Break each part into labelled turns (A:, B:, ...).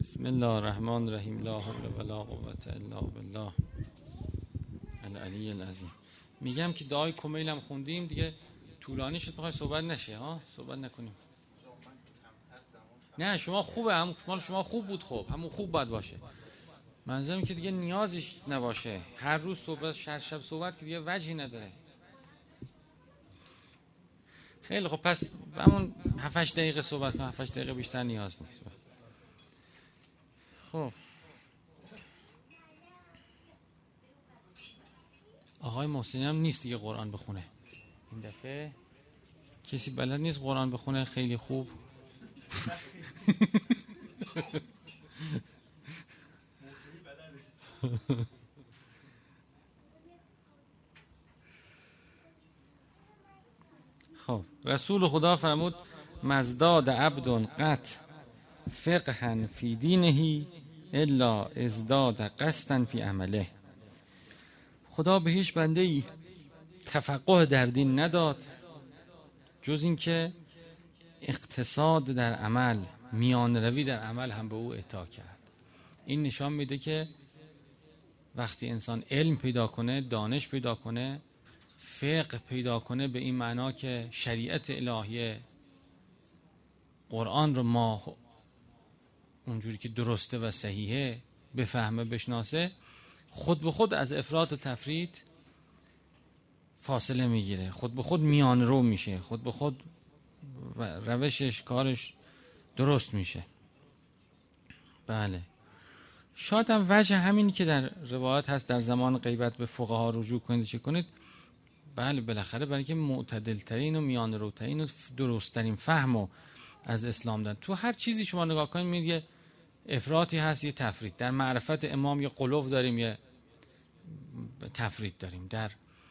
A: بسم الله الرحمن الرحیم. لا حول ولا قوة الا بالله العلی العظیم. میگم که دعای کمیل هم خوندیم دیگه، طولانی شد، میخوای صحبت نشه ها، صحبت نکنیم. نه شما خوبه، هم مال شما خوب بود، خب همون خوب باید باشه. منظورم که دیگه نیازش نباشه هر روز صحبت، هر شب صحبت، که دیگه وجهی نداره. خیلی خب، پس همون 7-8 دقیقه صحبت کنم، 7-8 دقیقه بیشتر نیاز نیست. خب آقای محسنی هم نیست دیگه قرآن بخونه این دفعه. کسی بلد نیست قرآن بخونه خیلی خوب. خب رسول خدا فرمود مزداد عبد قط فقها فی دینه الا ازداد قصدا فی عمله. خدا به هیچ بنده ای تفقه در دین نداد جز این که اقتصاد در عمل، میان روی در عمل هم به او عطا کرد. این نشان میده که وقتی انسان علم پیدا کنه، دانش پیدا کنه، فقه پیدا کنه، به این معنا که شریعت الهیه قرآن رو ما اونجوری که درسته و صحیحه بفهمه، بشناسه، خود به خود از افراط و تفرید فاصله میگیره، خود به خود میان رو میشه، خود به خود روشش، کارش درست میشه. بله، شاید هم وجه همین که در روایت هست در زمان غیبت به فقها رجوع کنید چه کنید. بله بالاخره برای که معتدل ترین و میان رو ترین و درست ترین فهمو از اسلام دارن. تو هر چیزی شما نگاه کنید میبینید یه افراطی هست، یه تفرید. در معرفت امام یه قلوف داریم، یه تفرید داریم. در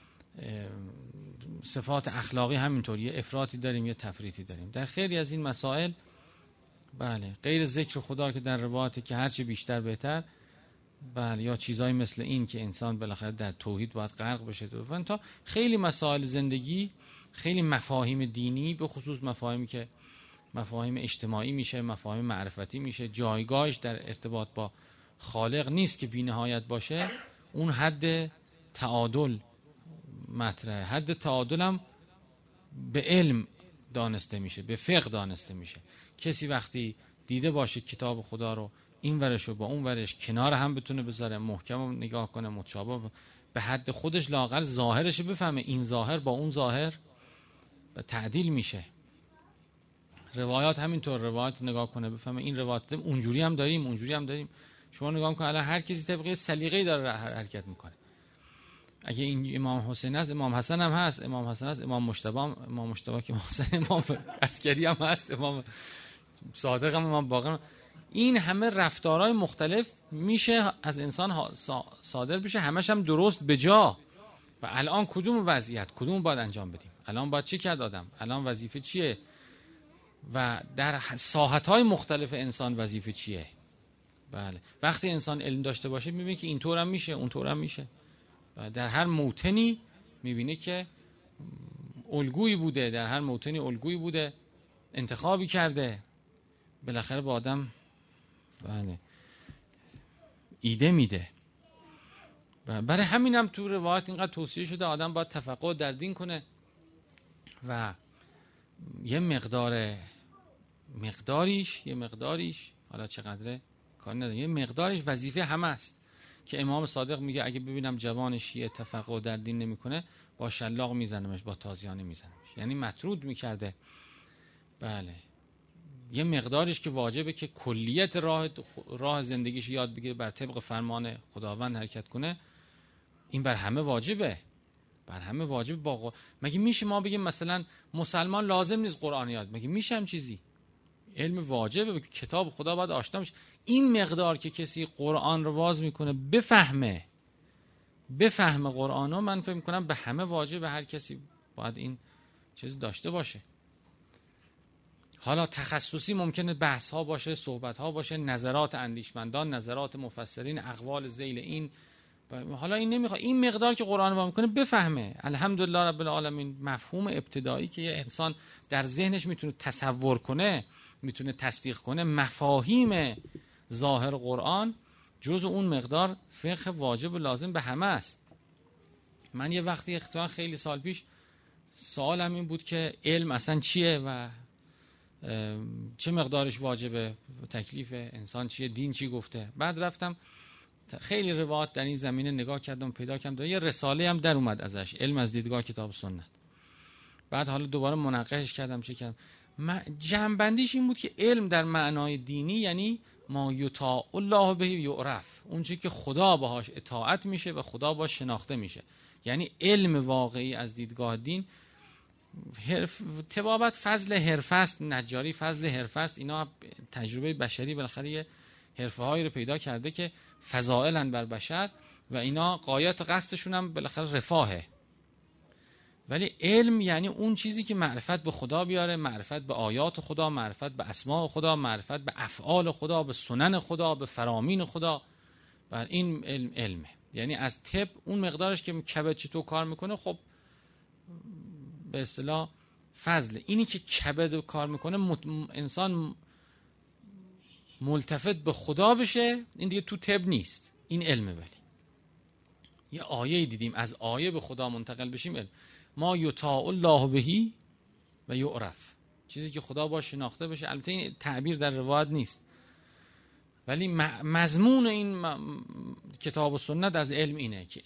A: صفات اخلاقی همینطور یه افراطی داریم، یه تفریطی داریم. در خیلی از این مسائل بله، غیر ذکر خدا که در روایاتی که هرچی بیشتر بهتر، بله، یا چیزایی مثل این که انسان بالاخره در توحید باید غرق بشه. تا خیلی مسائل زندگی، خیلی مفاهیم دینی، به خصوص مفاهیمی که مفاهیم اجتماعی میشه، مفاهیم معرفتی میشه، جایگاهش در ارتباط با خالق نیست که بی‌نهایت باشه. اون حد تعادل مطرحه. حد تعادل هم به علم دانسته میشه، به فقه دانسته میشه. کسی وقتی دیده باشه کتاب خدا رو این ورش رو با اون ورش کنار هم بتونه بذاره، محکم رو نگاه کنه، متشابه به حد خودش لااقل ظاهرش بفهمه، این ظاهر با اون ظاهر تعدیل میشه. روایات همینطور، روایات نگاه کنه بفهمه این روایات اونجوری هم داریم، اونجوری هم داریم. شما نگاه کنه الان هر کسی طبق سلیقه‌ای داره حرکت میکنه. اگه این امام حسین است، امام حسن هم هست، امام حسن است، امام مجتبی که امام حسن، امام عسکری هم هست، امام صادق هم، امام باقر هم. این همه رفتارهای مختلف میشه از انسان صادر بشه، همش هم درست به جا. و الان کدوم وضعیت، کدوم باید انجام بدیم، الان باید چی کرد آدم، الان وظیفه چیه، و در ساحت‌های مختلف انسان وظیفه چیه. بله، وقتی انسان علم داشته باشه میبینه که اینطور هم میشه، اونطور هم میشه. در هر موطنی میبینه که الگویی بوده، در هر موطنی الگویی بوده، انتخابی کرده، بالاخره با آدم بله ایده میده. برای همینم تو روایت اینقدر توصیه شده آدم باید تفقه در دین کنه و یه مقداریش حالا چقدره کاری نداره، یه مقداریش وظیفه همه است. که امام صادق میگه اگه ببینم جوان شیعه تفقه در دین نمیکنه با شلاق میزنمش، با تازیانه میزنمش، یعنی مطرود میکرده. بله، یه مقداریش که واجبه که کلیت راه زندگیش یاد بگیره، بر طبق فرمان خداوند حرکت کنه. این بر همه واجبه، بر همه واجب. مگه میشه ما بگیم مثلا مسلمان لازم نیست قرآن یاد؟ مگه میشه هم چیزی؟ علم واجبه، کتاب خدا باید آشنا بشه. این مقدار که کسی قرآن رو واز میکنه بفهمه قرآن رو، من فکر میکنم به همه واجبه، هر کسی باید این چیز داشته باشه. حالا تخصصی ممکنه بحث ها باشه، صحبت ها باشه، نظرات اندیشمندان، نظرات مفسرین، اقوال ذیل این. حالا این نمیخواد این مقدار که قرآن رو میکنه بفهمه. الحمدلله رب العالمین، مفهوم ابتدایی که یه انسان در ذهنش میتونه تصور کنه، میتونه تصدیق کنه، مفاهیم ظاهر قرآن جز اون مقدار فقه واجب و لازم به همه است. من یه وقتی خیلی سال پیش سوالم این بود که علم اصلا چیه و چه مقدارش واجبه، تکلیف انسان چیه، دین چی گفته. بعد رفتم خیلی روایات در این زمینه نگاه کردم، پیدا کردم یه رساله هم در اومد ازش، علم از دیدگاه کتاب سنت. بعد حالا دوباره مناقشش کردم چه کردم. جمع‌بندیش این بود که علم در معنای دینی یعنی ما یطاع الله به یعرف، اون چیزی که خدا باهاش اطاعت میشه و خدا باهاش شناخته میشه. یعنی علم واقعی از دیدگاه دین طبابت فضل حرفه است، نجاری فضل حرفه است. اینا تجربه بشری بالاخره یه حرفه هایی رو پیدا کرده که فضائلن بر بشر و اینا غایت قصدشون هم بالاخره رفاهه. ولی علم یعنی اون چیزی که معرفت به خدا بیاره، معرفت به آیات خدا، معرفت به اسماء خدا، معرفت به افعال خدا، به سنن خدا، به فرامین خدا. بر این علمه. یعنی از طب اون مقدارش که کبد چطور کار میکنه، خب به اصطلاح فضل اینی که کبد کار میکنه انسان ملتفت به خدا بشه، این دیگه تو طب نیست، این علمه. ولی یه آیه دیدیم از آیه به خدا منتقل بشیم علم. ما یطاع الله بهی و یعرف، چیزی که خدا باش شناخته بشه. البته این تعبیر در روایت نیست، ولی مضمون این کتاب و سنت از علم اینه که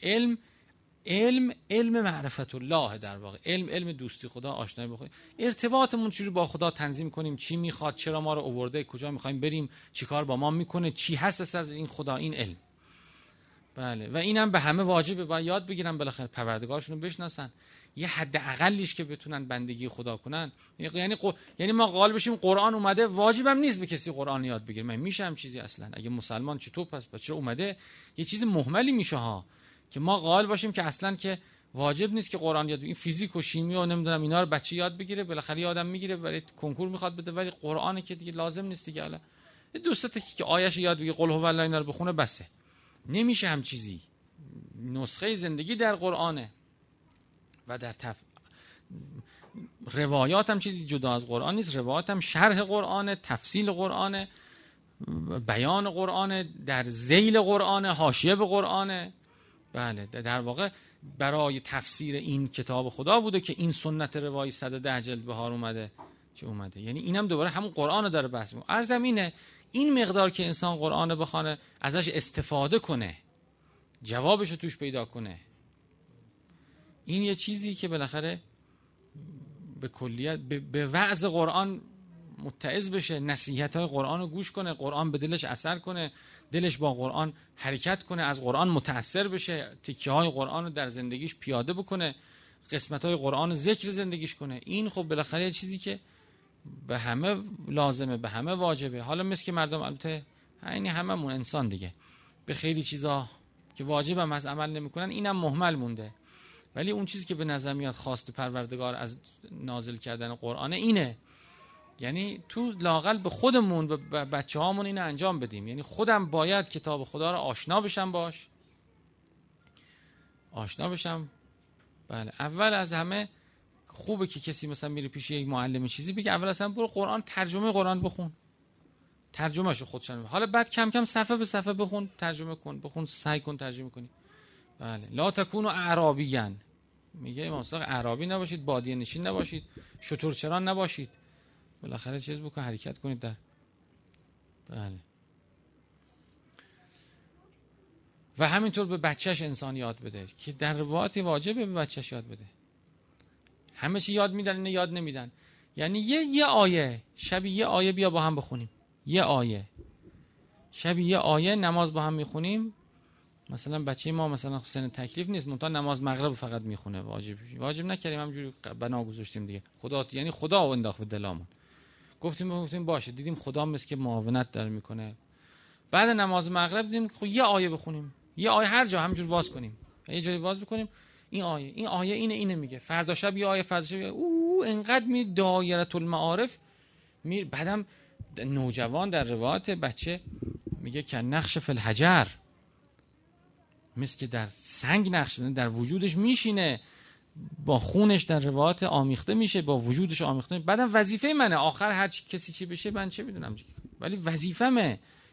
A: علم معرفت الله در واقع، علم دوستی خدا، آشنایی با خدا، ارتباطمون چجوری با خدا تنظیم کنیم، چی میخواد، چرا ما رو آورده، کجا میخوایم بریم، چیکار با ما میکنه، چی هست از این خدا، این علم. بله و اینم به همه واجبه، باید یاد بگیرن بالاخره پروردگارشون رو بشناسن، یه حد اقلیش که بتونن بندگی خدا کنن. یعنی ما قائل بشیم قرآن اومده، واجبم نیست به کسی قرآن یاد بگیره. من میشه هم چیزی اصلا؟ اگه مسلمان چطور پس چرا اومده؟ یه چیز مهملی میشه ها که ما قائل باشیم که اصلا که واجب نیست که قرآن یاد بگیریم. فیزیک و شیمی و نمیدونم اینا رو بچه یاد بگیره، بالاخره آدم میگیره برای کنکور میخواد بده، ولی قرآن که دیگه لازم نیست دیگه. حالا دوسته که آیه‌اش یاد بگیره، قل هو الله اینا رو بخونه بسه. نمیشه هم چیزی. نسخه زندگی در قرآنه و در روایات هم چیزی جدا از قرآن نیست. روایات هم شرح قرآنه، تفصیل قرآنه، بیان قرآنه، در ذیل قرآنه، حاشیه به قرآنه. بله در واقع برای تفسیر این کتاب خدا بوده که این سنت روایی 110 جلد بهار اومده چه اومده. یعنی اینم دوباره همون قرآن رو داره بحث می‌کنه. عرضم اینه این مقدار که انسان قرآن بخونه، ازش استفاده کنه، جوابش رو توش پیدا کنه، این یه چیزی که بالاخره به کلیت به وعظ قرآن متعظ بشه، نصیحت‌های قرآن رو گوش کنه، قرآن به دلش اثر کنه، دلش با قرآن حرکت کنه، از قرآن متأثر بشه، تکیه‌های قرآن رو در زندگیش پیاده بکنه، قسمت‌های قرآن رو ذکر زندگیش کنه. این خب بالاخره یه چیزی که به همه لازمه، به همه واجبه. حالا مثل که مردم البته یعنی هممون انسان دیگه به خیلی چیزا که واجبم از عمل نمی‌کنن، اینم مهمل مونده. ولی اون چیزی که به نظر میاد خواست پروردگار از نازل کردن قرآن اینه، یعنی تو لااقل به خودمون و بچه‌هامون اینو انجام بدیم. یعنی خودم باید کتاب خدا رو آشنا بشم. بله اول از همه خوبه که کسی مثلا میره پیش یک معلم چیزی بگه اول اصلا برو قرآن، ترجمه قرآن بخون، ترجمهشو خودشون، حالا بعد کم کم صفحه به صفحه بخون، ترجمه کن، بخون، سعی کن ترجمه کنی. بله لا تکونوا اعرابیان، میگه امام صادق اعرابی نباشید، بادیه نشین نباشید، شترچران نباشید، بالاخره چیز بکن، حرکت کنید در. بله و همینطور به بچهش انسان یاد بده که در روایات واجبه به بچهش یاد بده. همه چی یاد میدن، اینو یاد نمیدن. یعنی یه آیه شبیه یه آیه بیا با هم بخونیم، یه آیه شبیه یه آیه نماز با هم میخونیم. مثلا بچه ما مثلا سن تکلیف نیست، منتها نماز مغرب فقط میخونه، واجب نکردیم، همینجوری بنا گذاشتیم دیگه. خدا یعنی خدا رو انداخت به دلمون، گفتیم باشه، دیدیم خدا مثل که معاونت داره میکنه. بعد نماز مغرب دیدیم خب یه آیه بخونیم، یه آیه هر جا همینجور واز کنیم، یه جایی واز بکنیم، این آیه اینه میگه. فردا شب یه آیه، فردا شب انقدر می دایره المعارف بعدم نوجوان در روایت بچه میگه که نقش فی الحجر، مثل که در سنگ نقش در وجودش میشینه، با خونش در روایت آمیخته میشه، با وجودش آمیخته میشه. بعدم وظیفه منه آخر هر کسی چی بشه من چه میدونم، ولی وظیفه‌مه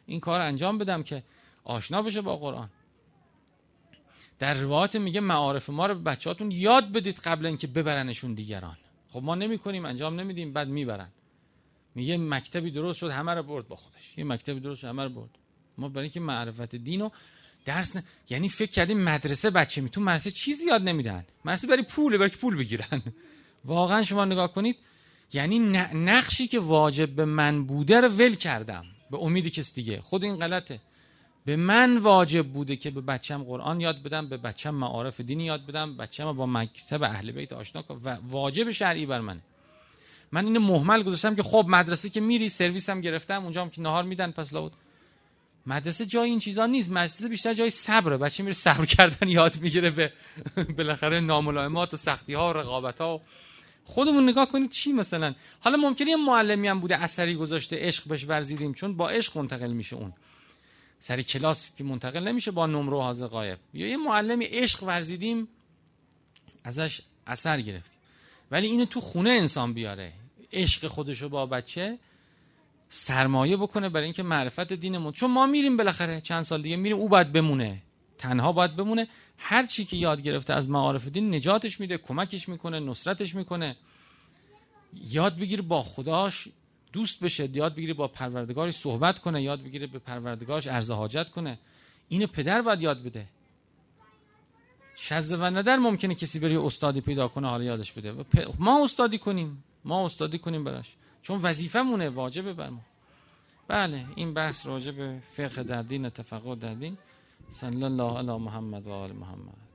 A: این کار انجام بدم که آشنا بشه با قرآن. در روایات میگه معارف ما رو به بچه‌هاتون یاد بدید قبل اینکه ببرنشون دیگران. خب ما نمی‌کنیم، انجام نمیدیم، بعد میبرن. میگه مکتبی درست شد همه رو برد با خودش. یه مکتبی درست شد همه رو برد. ما برای اینکه معرفت دینو درس یعنی فکر کردیم مدرسه بچه میتون مدرسه چیزی یاد نمیدن. مدرسه برای پول بگیرن. واقعا شما نگاه کنید، یعنی نقشی که واجب به من بوده رو ول کردم به امید کسی دیگه. خود این غلطه. به من واجب بوده که به بچم قرآن یاد بدم، به بچم معارف دینی یاد بدم، بچم با مکتب اهل بیت آشنا کنم و واجب شرعی بر منه. من اینو مهمل گذاشتم که خب مدرسه که میری سرویس هم گرفتم، اونجا هم که نهار میدن پس لابد. مدرسه جای این چیزا نیست. مدرسه بیشتر جای صبره. بچه میره صبر کردن یاد میگیره به بالاخره ناملائمات و سختی ها و رقابت ها. خودمون نگاه کنید چی مثلا حالا ممکنه یه معلمی هم بوده اثری گذاشته عشق بهش ورزیدیم، چون با عشق منتقل میشه. اون سری کلاس که منتقل نمیشه با نمره حاضر غایب. یا یه معلمی عشق ورزیدیم ازش اثر گرفتیم. ولی اینو تو خونه انسان بیاره، عشق خودشو با بچه سرمایه بکنه برای اینکه معرفت دینمون. چون ما میریم بالاخره چند سال دیگه میریم، او باید بمونه، تنها باید بمونه. هر چی که یاد گرفته از معارف دین نجاتش میده، کمکش میکنه، نصرتش میکنه. یاد بگیر با خداش دوست بشه، یاد بگیره با پروردگارش صحبت کنه، یاد بگیره به پروردگارش عرض حاجت کنه. اینو پدر باید یاد بده. شذ و ندر ممکنه کسی بری استادی پیدا کنه حالا یادش بده. ما استادی کنیم براش، چون وظیفه‌مونه، واجبه بر ما. بله این بحث راجع به فقه در دین، تفقه در دین. صلی الله علی محمد و آل محمد.